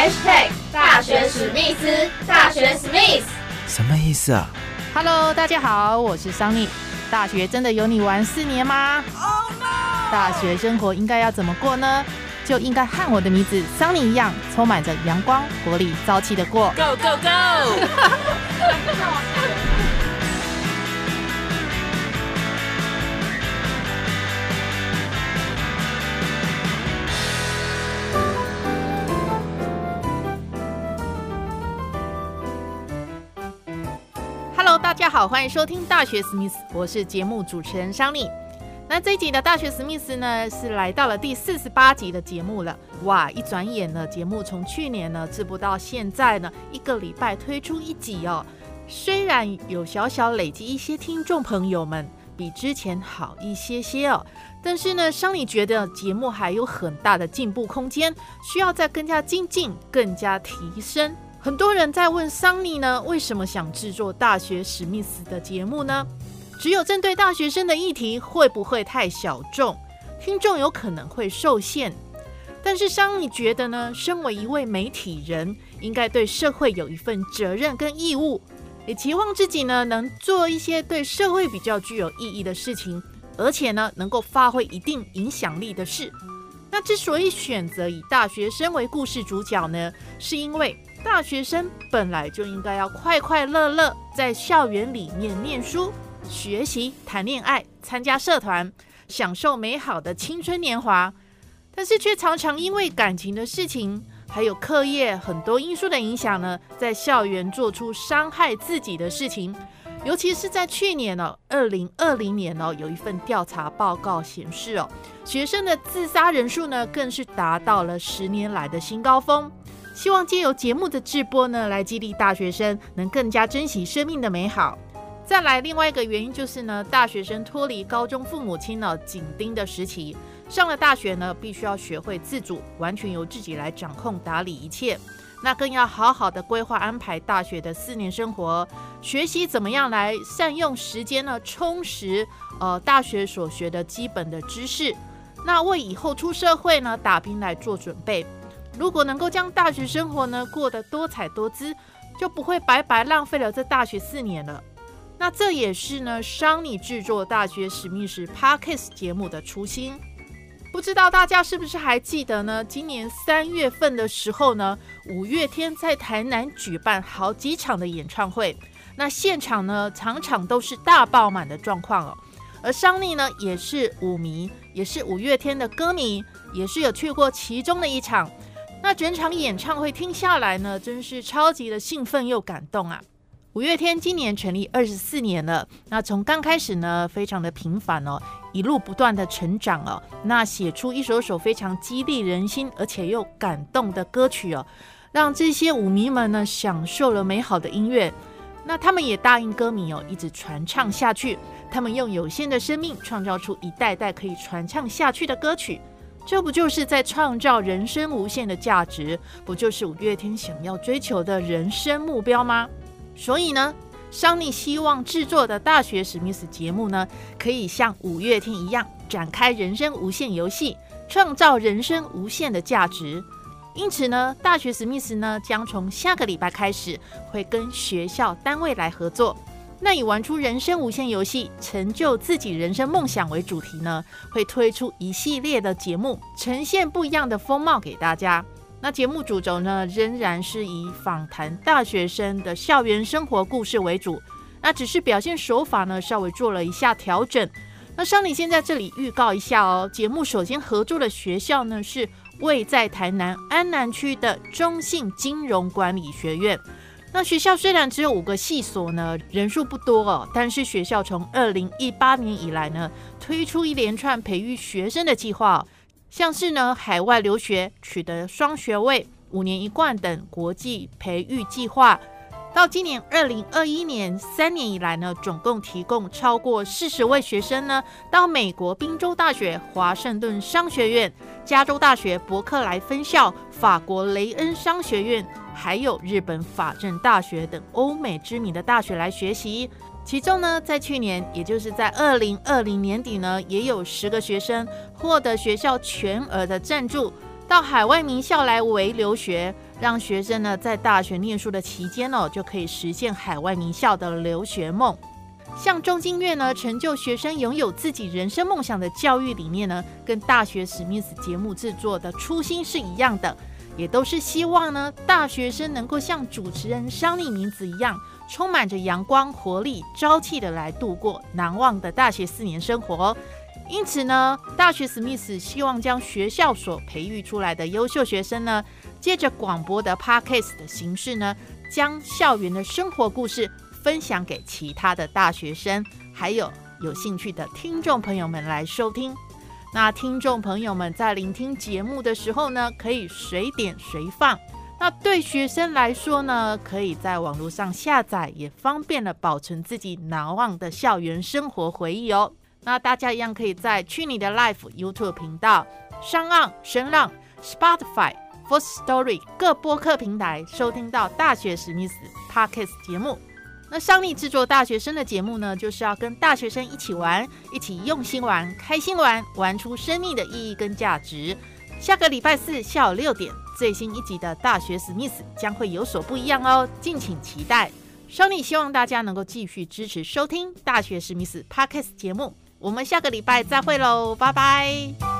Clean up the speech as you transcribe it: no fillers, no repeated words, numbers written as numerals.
#大学史密斯，大学史密斯， 什么意思啊 ？Hello， 大家好，我是桑尼。大学真的有你玩4年吗？ Oh no！ 大学生活应该要怎么过呢？就应该和我的名字桑尼一样，充满着阳光、活力、朝气的过。 Go go go！ Hello， 大家好，欢迎收听大学史密斯，我是节目主持人桑尼。那这一集的大学史密斯呢，是来到了第48集的节目了。哇，一转眼呢，节目从去年呢直播到现在呢，1个礼拜推出1集哦。虽然有小小累积一些听众朋友们，比之前好一些哦，但是呢，桑尼觉得节目还有很大的进步空间，需要再更加精进、更加提升。很多人在问桑尼呢，为什么想制作大学史密斯的节目呢？只有针对大学生的议题，会不会太小众？听众有可能会受限。但是桑尼觉得呢，身为一位媒体人，应该对社会有一份责任跟义务，也期望自己呢能做一些对社会比较具有意义的事情，而且呢能够发挥一定影响力的事。那之所以选择以大学生为故事主角呢，是因为大学生本来就应该要快快乐乐在校园里面念书、学习、谈恋爱、参加社团，享受美好的青春年华，但是却常常因为感情的事情，还有课业很多因素的影响呢，在校园做出伤害自己的事情。尤其是在去年2020年有一份调查报告显示学生的自杀人数呢，更是达到了10年来的新高峰。希望借由节目的直播呢，来激励大学生能更加珍惜生命的美好。再来，另外一个原因就是呢，大学生脱离高中父母亲紧盯的时期，上了大学呢，必须要学会自主，完全由自己来掌控打理一切。那更要好好的规划安排大学的4年生活，学习怎么样来善用时间呢，充实大学所学的基本的知识，那为以后出社会呢打拼来做准备。如果能够将大学生活呢过得多彩多姿，就不会白白浪费了这大学4年了。那这也是呢桑尼制作大学史密斯 Podcast 节目的初心。不知道大家是不是还记得呢？今年3月份的时候呢，5月天在台南举办好几场的演唱会，那现场呢场场都是大爆满的状况而桑尼呢也是舞迷，也是5月天的歌迷，也是有去过其中的一场。那整场演唱会听下来呢，真是超级的兴奋又感动啊！5月天今年成立24年了，那从刚开始呢，非常的平凡一路不断的成长那写出一首首非常激励人心而且又感动的歌曲让这些舞迷们呢享受了美好的音乐。那他们也答应歌迷一直传唱下去，他们用有限的生命创造出一代代可以传唱下去的歌曲。这不就是在创造人生无限的价值？不就是5月天想要追求的人生目标吗？所以呢，桑尼希望制作的大学史密斯节目呢，可以像5月天一样，展开人生无限游戏，创造人生无限的价值。因此呢，大学史密斯呢，将从下个礼拜开始，会跟学校单位来合作。那以玩出人生无限游戏，成就自己人生梦想为主题呢，会推出一系列的节目，呈现不一样的风貌给大家。那节目主轴呢，仍然是以访谈大学生的校园生活故事为主，那只是表现手法呢稍微做了一下调整。那桑尼先在这里预告一下节目首先合作的学校呢，是位在台南安南区的中信金融管理学院。那学校虽然只有5个系所呢，人数不多但是学校从2018年以来呢，推出一连串培育学生的计划像是呢海外留学、取得双学位、5年一贯等国际培育计划。到今年2021年3年以来呢，总共提供超过40位学生呢，到美国宾州大学、华盛顿商学院、加州大学伯克莱分校、法国雷恩商学院，还有日本法政大学等欧美知名的大学来学习。其中呢，在去年，也就是在2020年底呢，也有10个学生获得学校全额的赞助， 到海外名校来微留学，让学生呢在大学念书的期间就可以实现海外名校的留学梦。像中经院呢，成就学生拥有自己人生梦想的教育理念呢，跟大学史密斯节目制作的初心是一样的，也都是希望呢大学生能够像主持人商利名字一样，充满着阳光、活力、朝气的来度过难忘的大学4年生活。因此呢，大学史密斯希望将学校所培育出来的优秀学生呢，借着广播的 Podcast 的形式呢，将校园的生活故事分享给其他的大学生，还有兴趣的听众朋友们来收听。那听众朋友们在聆听节目的时候呢，可以随点随放。那对学生来说呢，可以在网络上下载，也方便了保存自己难忘的校园生活回忆哦。那大家一样可以在去你的 Life YouTube 频道、SoundOn、声浪、Spotify、Firstory 各播客平台收听到大学史密斯 Podcast 节目。那商利制作大学生的节目呢，就是要跟大学生一起玩，一起用心玩、开心玩，玩出生命的意义跟价值。下个礼拜4下午6点，最新一集的大学史密斯将会有所不一样哦，敬请期待。商利希望大家能够继续支持收听大学史密斯 Podcast 节目，我们下个礼拜再会喽，拜拜。